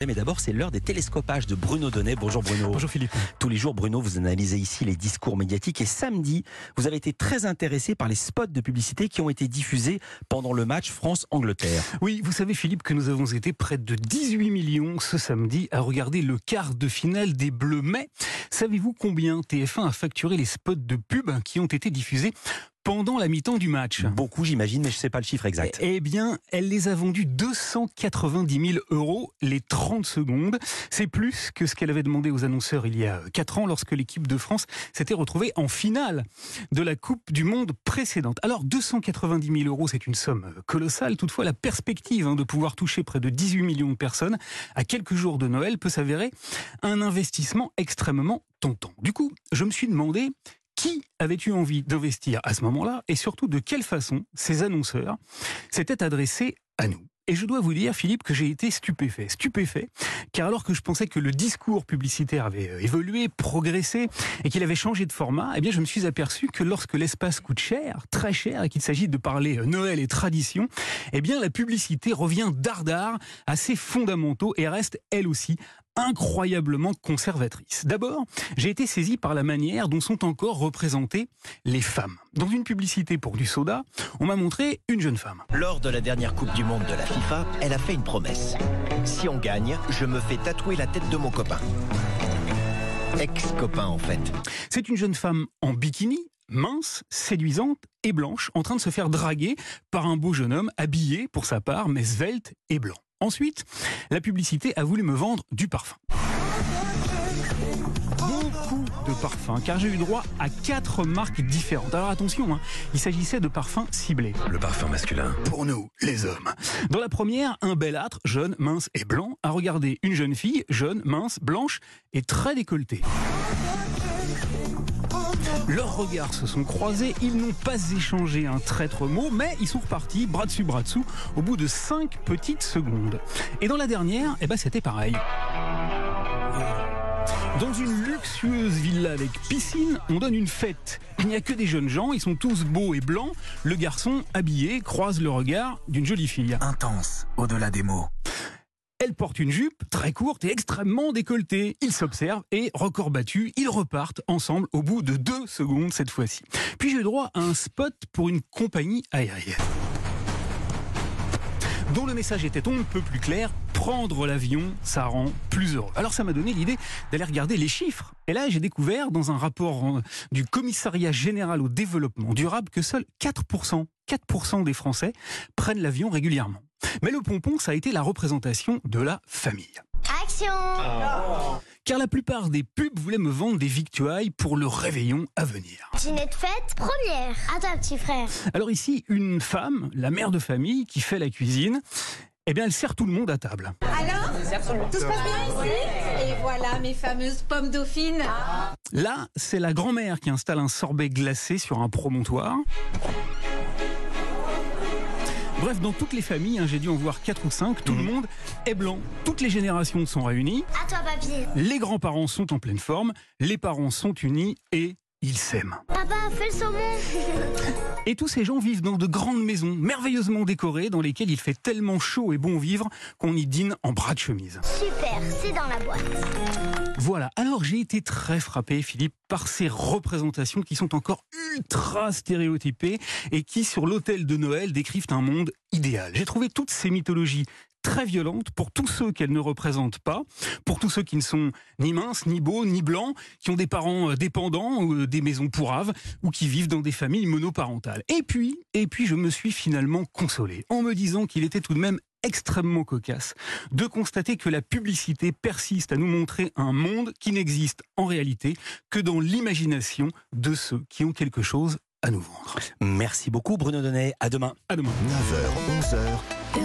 Mais d'abord, c'est l'heure des télescopages de Bruno Donnet. Bonjour Bruno. Bonjour Philippe. Tous les jours, Bruno, vous analysez ici les discours médiatiques. Et samedi, vous avez été très intéressé par les spots de publicité qui ont été diffusés pendant le match France-Angleterre. Oui, vous savez Philippe que nous avons été près de 18 millions ce samedi à regarder le quart de finale des Bleus. Mais savez-vous combien TF1 a facturé les spots de pub qui ont été diffusés pendant la mi-temps du match? Beaucoup, j'imagine, mais je ne sais pas le chiffre exact. Eh bien, elle les a vendus 290 000 € les 30 secondes. C'est plus que ce qu'elle avait demandé aux annonceurs il y a 4 ans lorsque l'équipe de France s'était retrouvée en finale de la Coupe du Monde précédente. Alors, 290 000 €, c'est une somme colossale. Toutefois, la perspective de pouvoir toucher près de 18 millions de personnes à quelques jours de Noël peut s'avérer un investissement extrêmement tentant. Du coup, je me suis demandé qui avait eu envie d'investir à ce moment-là et surtout de quelle façon ces annonceurs s'étaient adressés à nous. Et je dois vous dire, Philippe, que j'ai été stupéfait, car alors que je pensais que le discours publicitaire avait évolué, progressé, et qu'il avait changé de format, eh bien je me suis aperçu que lorsque l'espace coûte cher, très cher, et qu'il s'agit de parler Noël et tradition, eh bien la publicité revient dardard à ses fondamentaux et reste, elle aussi, incroyablement conservatrice. D'abord, j'ai été saisi par la manière dont sont encore représentées les femmes. Dans une publicité pour du soda, on m'a montré une jeune femme. Lors de la dernière Coupe du Monde de la FIFA, elle a fait une promesse. Si on gagne, je me fais tatouer la tête de mon copain. Ex-copain en fait. C'est une jeune femme en bikini, mince, séduisante et blanche, en train de se faire draguer par un beau jeune homme habillé, pour sa part, mais svelte et blanc. Ensuite, la publicité a voulu me vendre du parfum. Beaucoup de parfums, car j'ai eu droit à 4 marques différentes. Alors attention, il s'agissait de parfums ciblés. Le parfum masculin. Pour nous, les hommes. Dans la première, un bel âtre, jeune, mince et blanc, a regardé une jeune fille, jeune, mince, blanche et très décolletée. Leurs regards se sont croisés, ils n'ont pas échangé un traître mot, mais ils sont repartis, bras dessus, bras dessous, au bout de 5 petites secondes. Et dans la dernière, c'était pareil. Dans une luxueuse villa avec piscine, on donne une fête. Il n'y a que des jeunes gens, ils sont tous beaux et blancs. Le garçon, habillé, croise le regard d'une jolie fille. Intense, au-delà des mots. Elle porte une jupe très courte et extrêmement décolletée. Ils s'observent et, record battu, ils repartent ensemble au bout de 2 secondes cette fois-ci. Puis j'ai eu droit à un spot pour une compagnie aérienne, dont le message était on ne peut plus clair, prendre l'avion, ça rend plus heureux. Alors ça m'a donné l'idée d'aller regarder les chiffres. Et là, j'ai découvert dans un rapport du Commissariat général au développement durable que seuls 4% des Français prennent l'avion régulièrement. Mais le pompon, ça a été la représentation de la famille. Action! Car la plupart des pubs voulaient me vendre des victuailles pour le réveillon à venir. Dîner de fête, première. À toi, petit frère. Alors ici, une femme, la mère de famille, qui fait la cuisine, elle sert tout le monde à table. Alors, tout se passe bien ici? Et voilà mes fameuses pommes dauphines. Là, c'est la grand-mère qui installe un sorbet glacé sur un promontoire. Bref, dans toutes les familles, j'ai dû en voir 4 ou 5, tout le monde est blanc. Toutes les générations sont réunies. À toi, papy. Les grands-parents sont en pleine forme, les parents sont unis et ils s'aiment. Papa, fais le saumon. Et tous ces gens vivent dans de grandes maisons, merveilleusement décorées, dans lesquelles il fait tellement chaud et bon vivre qu'on y dîne en bras de chemise. Super, c'est dans la boîte. Voilà, alors j'ai été très frappé, Philippe, par ces représentations qui sont encore ultra stéréotypées et qui, sur l'autel de Noël, décrivent un monde idéal. J'ai trouvé toutes ces mythologies très violentes pour tous ceux qu'elles ne représentent pas, pour tous ceux qui ne sont ni minces, ni beaux, ni blancs, qui ont des parents dépendants, ou des maisons pourraves, ou qui vivent dans des familles monoparentales. Et puis, je me suis finalement consolé, en me disant qu'il était tout de même extrêmement cocasse de constater que la publicité persiste à nous montrer un monde qui n'existe en réalité que dans l'imagination de ceux qui ont quelque chose à nous vendre. Merci beaucoup Bruno Donnet, à demain. À demain. 9h, 11h.